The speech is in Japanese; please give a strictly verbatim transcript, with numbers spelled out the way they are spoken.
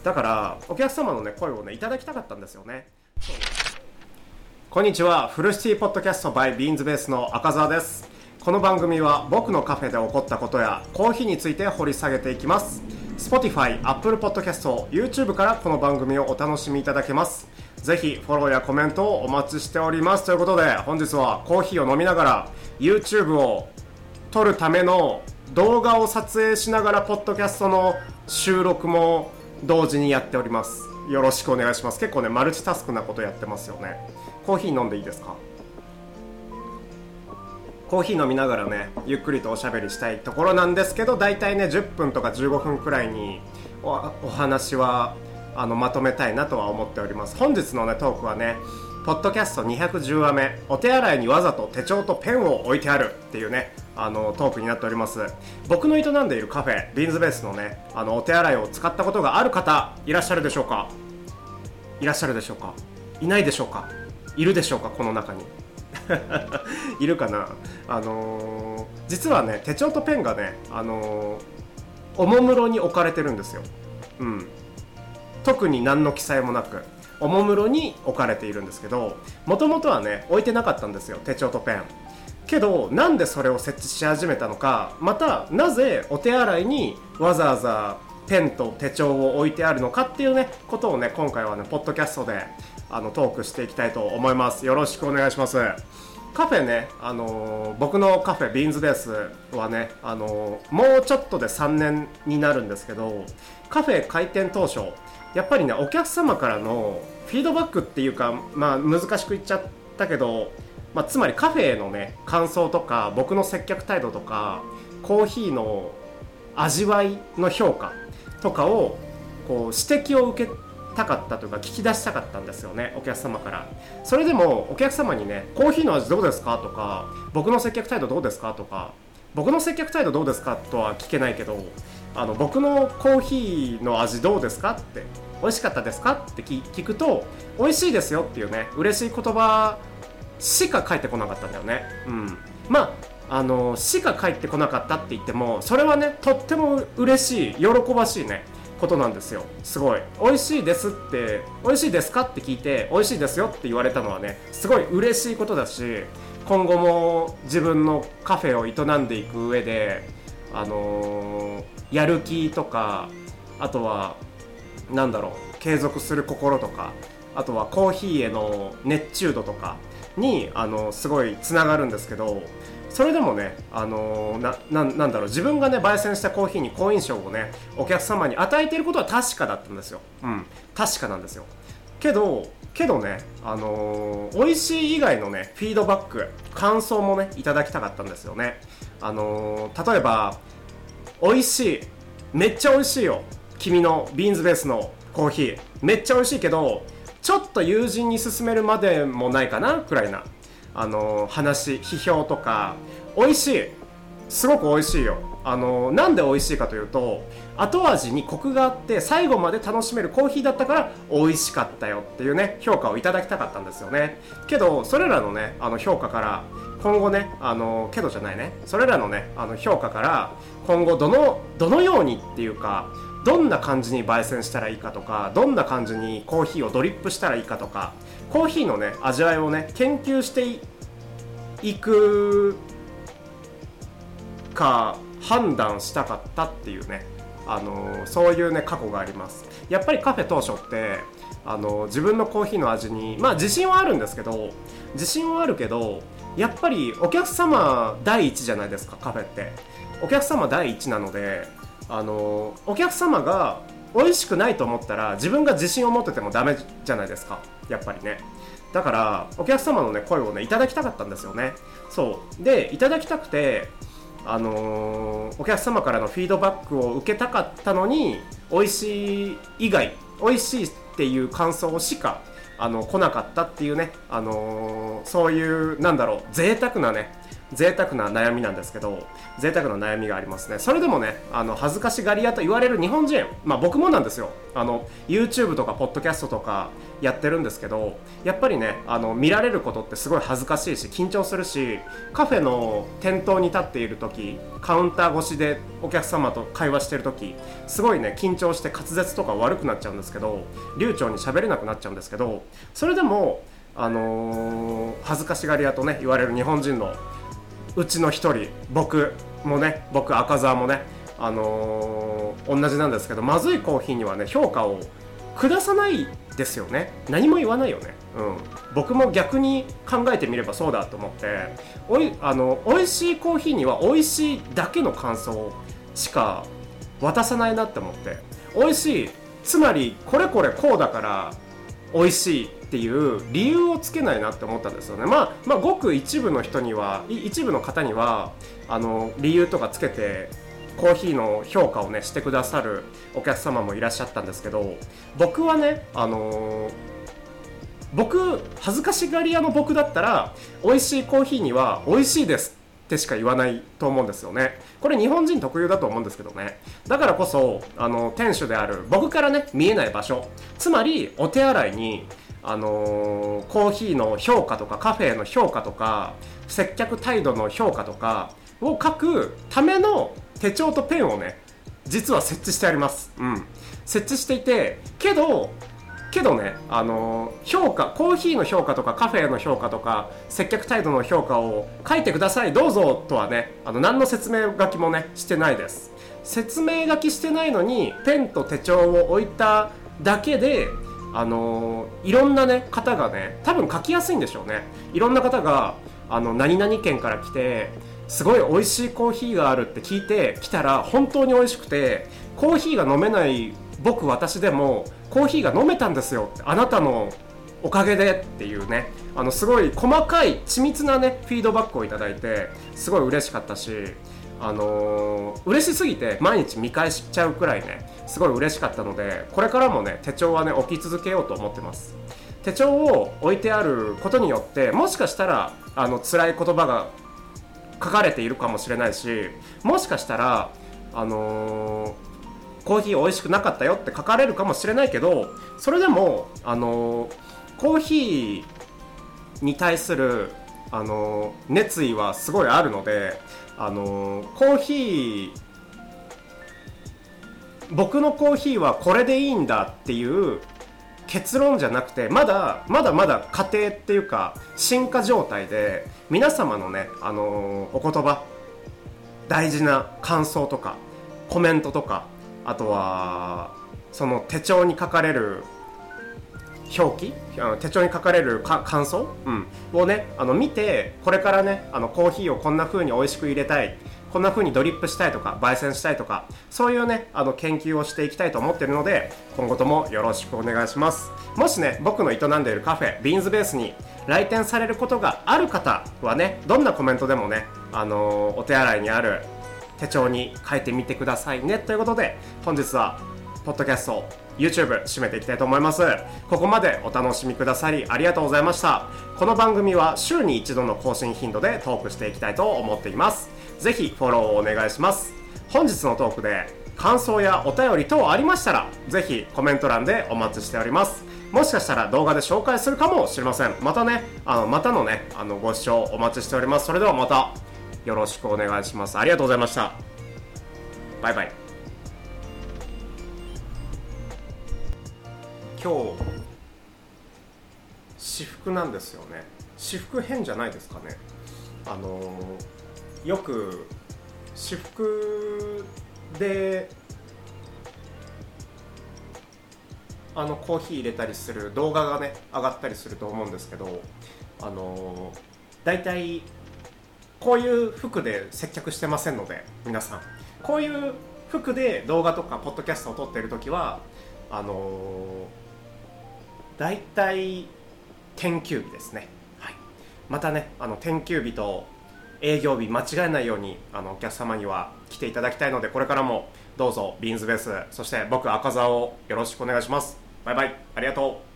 だからお客様のね声をねいただきたかったんですよね。こんにちは、フルシティポッドキャスト by ビーンズベースの赤澤です。この番組は僕のカフェで起こったことやコーヒーについて掘り下げていきます。 Spotify、Apple Podcast、YouTube からこの番組をお楽しみいただけます。ぜひフォローやコメントをお待ちしております。ということで本日はコーヒーを飲みながら YouTube を撮るための動画を撮影しながらポッドキャストの収録も同時にやっております。よろしくお願いします。結構ねマルチタスクなことやってますよね。コーヒー飲んでいいですか？コーヒー飲みながらねゆっくりとおしゃべりしたいところなんですけど、だいたいねじゅっぷんとかじゅうごふんくらいに お, お話はあのまとめたいなとは思っております。本日のねトークはねポッドキャストにひゃくじゅうわめ、お手洗いにわざと手帳とペンを置いてあるっていうねあのトークになっております。僕の営んでいるカフェビーンズベースのねあのお手洗いを使ったことがある方いらっしゃるでしょうか？いらっしゃるでしょうか？いないでしょうか？いるでしょうか？この中にいるかな。あのー、実はね手帳とペンがね、あのー、おもむろに置かれてるんですよ。うん、特に何の記載もなくおもむろに置かれているんですけど、もともとはね置いてなかったんですよ、手帳とペン。けどなんでそれを設置し始めたのか、またなぜお手洗いにわざわざペンと手帳を置いてあるのかっていうねことをね今回はねポッドキャストであのトークしていきたいと思います。よろしくお願いします。カフェね、あのー、僕のカフェビーンズベースはね、あのー、もうちょっとでさんねんになるんですけど、カフェ開店当初やっぱりねお客様からのフィードバックっていうか、まあ難しく言っちゃったけど、まあ、つまりカフェのね感想とか僕の接客態度とかコーヒーの味わいの評価とかをこう指摘を受けたかったというか聞き出したかったんですよね、お客様から。それでもお客様にねコーヒーの味どうですかとか僕の接客態度どうですかとか、僕の接客態度どうですかとは聞けないけど、あの僕のコーヒーの味どうですかって、美味しかったですかって聞くと美味しいですよっていうね嬉しい言葉しか返ってこなかったんだよね。うん、まああのしか返ってこなかったって言ってもそれはねとっても嬉しい喜ばしいねことなんですよ。すごい美味しいですって美味しいですかって聞いて美味しいですよって言われたのはねすごい嬉しいことだし、今後も自分のカフェを営んでいく上であのー、やる気とか、あとはなんだろう継続する心とか、あとはコーヒーへの熱中度とかにあのすごいつながるんですけど、それでもね、あのー、な, な, なんだろう自分がね焙煎したコーヒーに好印象をねお客様に与えていることは確かだったんですよ。うん、確かなんですよ。けどけどね、あのー、美味しい以外のねフィードバック感想もねいただきたかったんですよね。あのー、例えば美味しい、めっちゃ美味しいよ君のビーンズベースのコーヒーめっちゃ美味しいけどちょっと友人に勧めるまでもないかなくらいなあの話、批評とか、美味しい、すごく美味しいよ。あのなんで美味しいかというと後味にコクがあって最後まで楽しめるコーヒーだったから美味しかったよっていうね評価をいただきたかったんですよね。けどそれらのねあの評価から今後ねあのけどじゃないねそれらのねあの評価から今後どのどのようにっていうかどんな感じに焙煎したらいいかとか、どんな感じにコーヒーをドリップしたらいいかとか、コーヒーのね味わいをね研究していくか判断したかったっていうね、あのー、そういうね過去があります。やっぱりカフェ当初ってあのー、自分のコーヒーの味にまあ自信はあるんですけど自信はあるけどやっぱりお客様第一じゃないですか。カフェってお客様第一なので、あのー、お客様が美味しくないと思ったら自分が自信を持っててもダメじゃないですか、やっぱりね。だからお客様のね声をねいただきたかったんですよね。そうでいただきたくて、あのー、お客様からのフィードバックを受けたかったのに美味しい以外美味しいっていう感想しかあの来なかったっていうね、あのー、そういうなんだろう贅沢なね贅沢な悩みなんですけど、贅沢な悩みがありますね。それでもね、あの恥ずかしがり屋と言われる日本人、まあ僕もなんですよ。あの YouTube とかポッドキャストとかやってるんですけど、やっぱりね、あの見られることってすごい恥ずかしいし緊張するし、カフェの店頭に立っている時、カウンター越しでお客様と会話してる時、すごいね緊張して滑舌とか悪くなっちゃうんですけど、流暢に喋れなくなっちゃうんですけど、それでもあのー、恥ずかしがり屋とね言われる日本人のうちの一人、僕もね、僕赤澤もね、あのー、同じなんですけど、まずいコーヒーにはね評価を下さないですよね。何も言わないよね。うん、僕も逆に考えてみればそうだと思って、おいあの美味しいコーヒーには美味しいだけの感想しか渡さないなって思って、美味しい、つまりこれこれこうだから美味しいっていう理由をつけないなって思ったんですよね。まあ、まあごく一部の人には、一部の方にはあの理由とかつけてコーヒーの評価をねしてくださるお客様もいらっしゃったんですけど、僕はね、あのー、僕恥ずかしがり屋の僕だったら美味しいコーヒーには美味しいですってしか言わないと思うんですよね。これ日本人特有だと思うんですけどね。だからこそあの店主である僕からね見えない場所、つまりお手洗いにあのー、コーヒーの評価とかカフェの評価とか接客態度の評価とかを書くための手帳とペンをね実は設置してあります。うん、設置していて、けどけどね、あのー、評価、コーヒーの評価とかカフェの評価とか接客態度の評価を書いてくださいどうぞとはね、あの何の説明書きもねしてないです。説明書きしてないのにペンと手帳を置いただけで、あのー、いろんなね方がね、多分書きやすいんでしょうね。いろんな方があの何々県から来てすごい美味しいコーヒーがあるって聞いて来たら本当に美味しくて、コーヒーが飲めない僕私でもコーヒーが飲めたんですよ、あなたのおかげでっていうね、あのすごい細かい緻密なねフィードバックをいただいてすごい嬉しかったし、あのー、嬉しすぎて毎日見返しちゃうくらいねすごい嬉しかったので、これからもね手帳はね置き続けようと思ってます。手帳を置いてあることによってもしかしたらあの辛い言葉が書かれているかもしれないし、もしかしたらあのーコーヒー美味しくなかったよって書かれるかもしれないけど、それでもあのコーヒーに対するあの熱意はすごいあるので、あのコーヒー僕のコーヒーはこれでいいんだっていう結論じゃなくて、まだまだまだ過程っていうか進化状態で、皆様のねあのお言葉、大事な感想とかコメントとか、あとはその手帳に書かれる表記、手帳に書かれるか感想、うん、をねあの見て、これからねあのコーヒーをこんな風に美味しく入れたい、こんな風にドリップしたいとか焙煎したいとか、そういうねあの研究をしていきたいと思っているので、今後ともよろしくお願いします。もしね僕の営んでいるカフェビーンズベースに来店されることがある方はね、どんなコメントでもね、あのー、お手洗いにある手帳に書いてみてくださいねということで、本日はポッドキャスト YouTube 締めていきたいと思います。ここまでお楽しみくださりありがとうございました。この番組は週に一度の更新頻度でトークしていきたいと思っています。ぜひフォローをお願いします。本日のトークで感想やお便り等ありましたら、ぜひコメント欄でお待ちしております。もしかしたら動画で紹介するかもしれません。またねあのまたのねあのご視聴お待ちしております。それではまたよろしくお願いします。ありがとうございました。バイバイ。今日私服なんですよね。私服変じゃないですかね。あのー、よく私服であのコーヒー入れたりする動画がね上がったりすると思うんですけど、あのー、だいたいこういう服で接客してませんので、皆さんこういう服で動画とかポッドキャストを撮っているときはあのー、だいたい定休日ですね、はい、またねあの定休日と営業日間違えないようにあのお客様には来ていただきたいので、これからもどうぞビーンズベース、そして僕赤澤をよろしくお願いします。バイバイ、ありがとう。